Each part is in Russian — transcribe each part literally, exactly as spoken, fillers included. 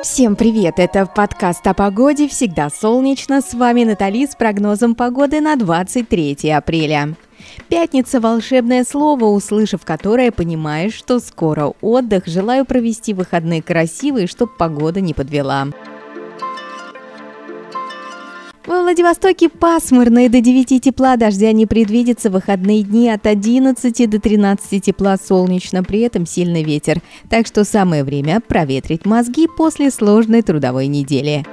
Всем привет! Это подкаст о погоде «Всегда солнечно». С вами Натали с прогнозом погоды на двадцать третье апреля. Пятница – волшебное слово, услышав которое, понимаешь, что скоро отдых. Желаю провести выходные красивые, чтоб погода не подвела. Во Владивостоке пасмурно и до девяти тепла, дождя не предвидится, выходные дни от одиннадцати до тринадцати тепла, солнечно, при этом сильный ветер. Так что самое время проветрить мозги после сложной трудовой недели.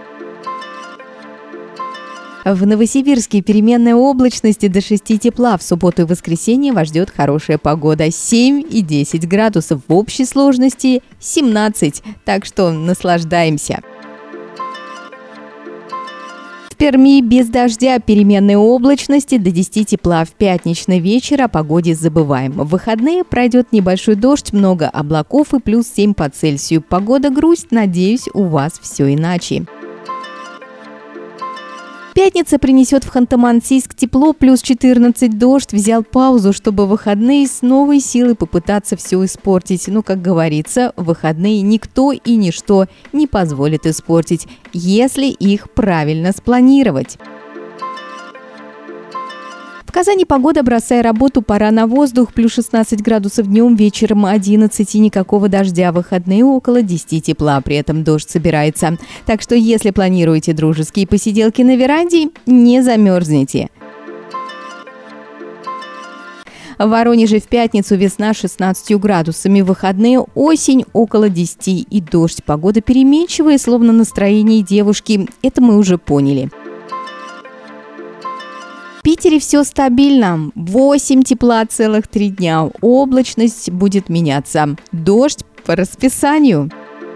В Новосибирске переменная облачность и до шести тепла. В субботу и воскресенье вас ждет хорошая погода. семь и десять градусов, в общей сложности семнадцать. Так что наслаждаемся. В Перми без дождя, переменной облачности, до десяти тепла. В пятничный вечер о погоде забываем. В выходные пройдет небольшой дождь, много облаков и плюс семь по Цельсию. Погода грусть, надеюсь, у вас все иначе. Пятница принесет в Ханты-Мансийск тепло, плюс четырнадцать, дождь. Взял паузу, чтобы в выходные с новой силой попытаться все испортить. Ну, как говорится, в выходные никто и ничто не позволит испортить, если их правильно спланировать. В Казани погода, бросая работу, пора на воздух, плюс шестнадцать градусов днем, вечером одиннадцать, и никакого дождя, выходные около десяти тепла, при этом дождь собирается. Так что, если планируете дружеские посиделки на веранде, не замерзнете. В Воронеже в пятницу весна с шестнадцатью градусами, в выходные осень около десяти и дождь. Погода переменчивая, словно настроение девушки, это мы уже поняли. В Питере все стабильно. восемь тепла целых три дня. Облачность будет меняться. Дождь по расписанию.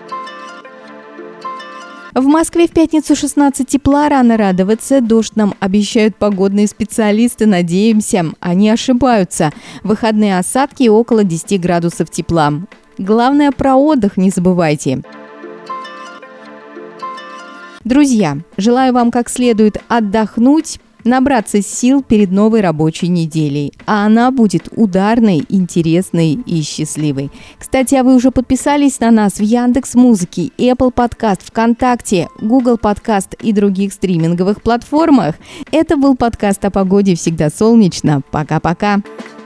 В Москве в пятницу шестнадцать тепла. Рано радоваться. Дождь нам обещают погодные специалисты. Надеемся, они ошибаются. Выходные осадки около десяти градусов тепла. Главное, про отдых не забывайте. Друзья, желаю вам как следует отдохнуть, набраться сил перед новой рабочей неделей. А она будет ударной, интересной и счастливой. Кстати, а вы уже подписались на нас в Яндекс.Музыке, Apple Podcast, ВКонтакте, Google Podcast и других стриминговых платформах? Это был подкаст о погоде «Всегда солнечно». Пока-пока!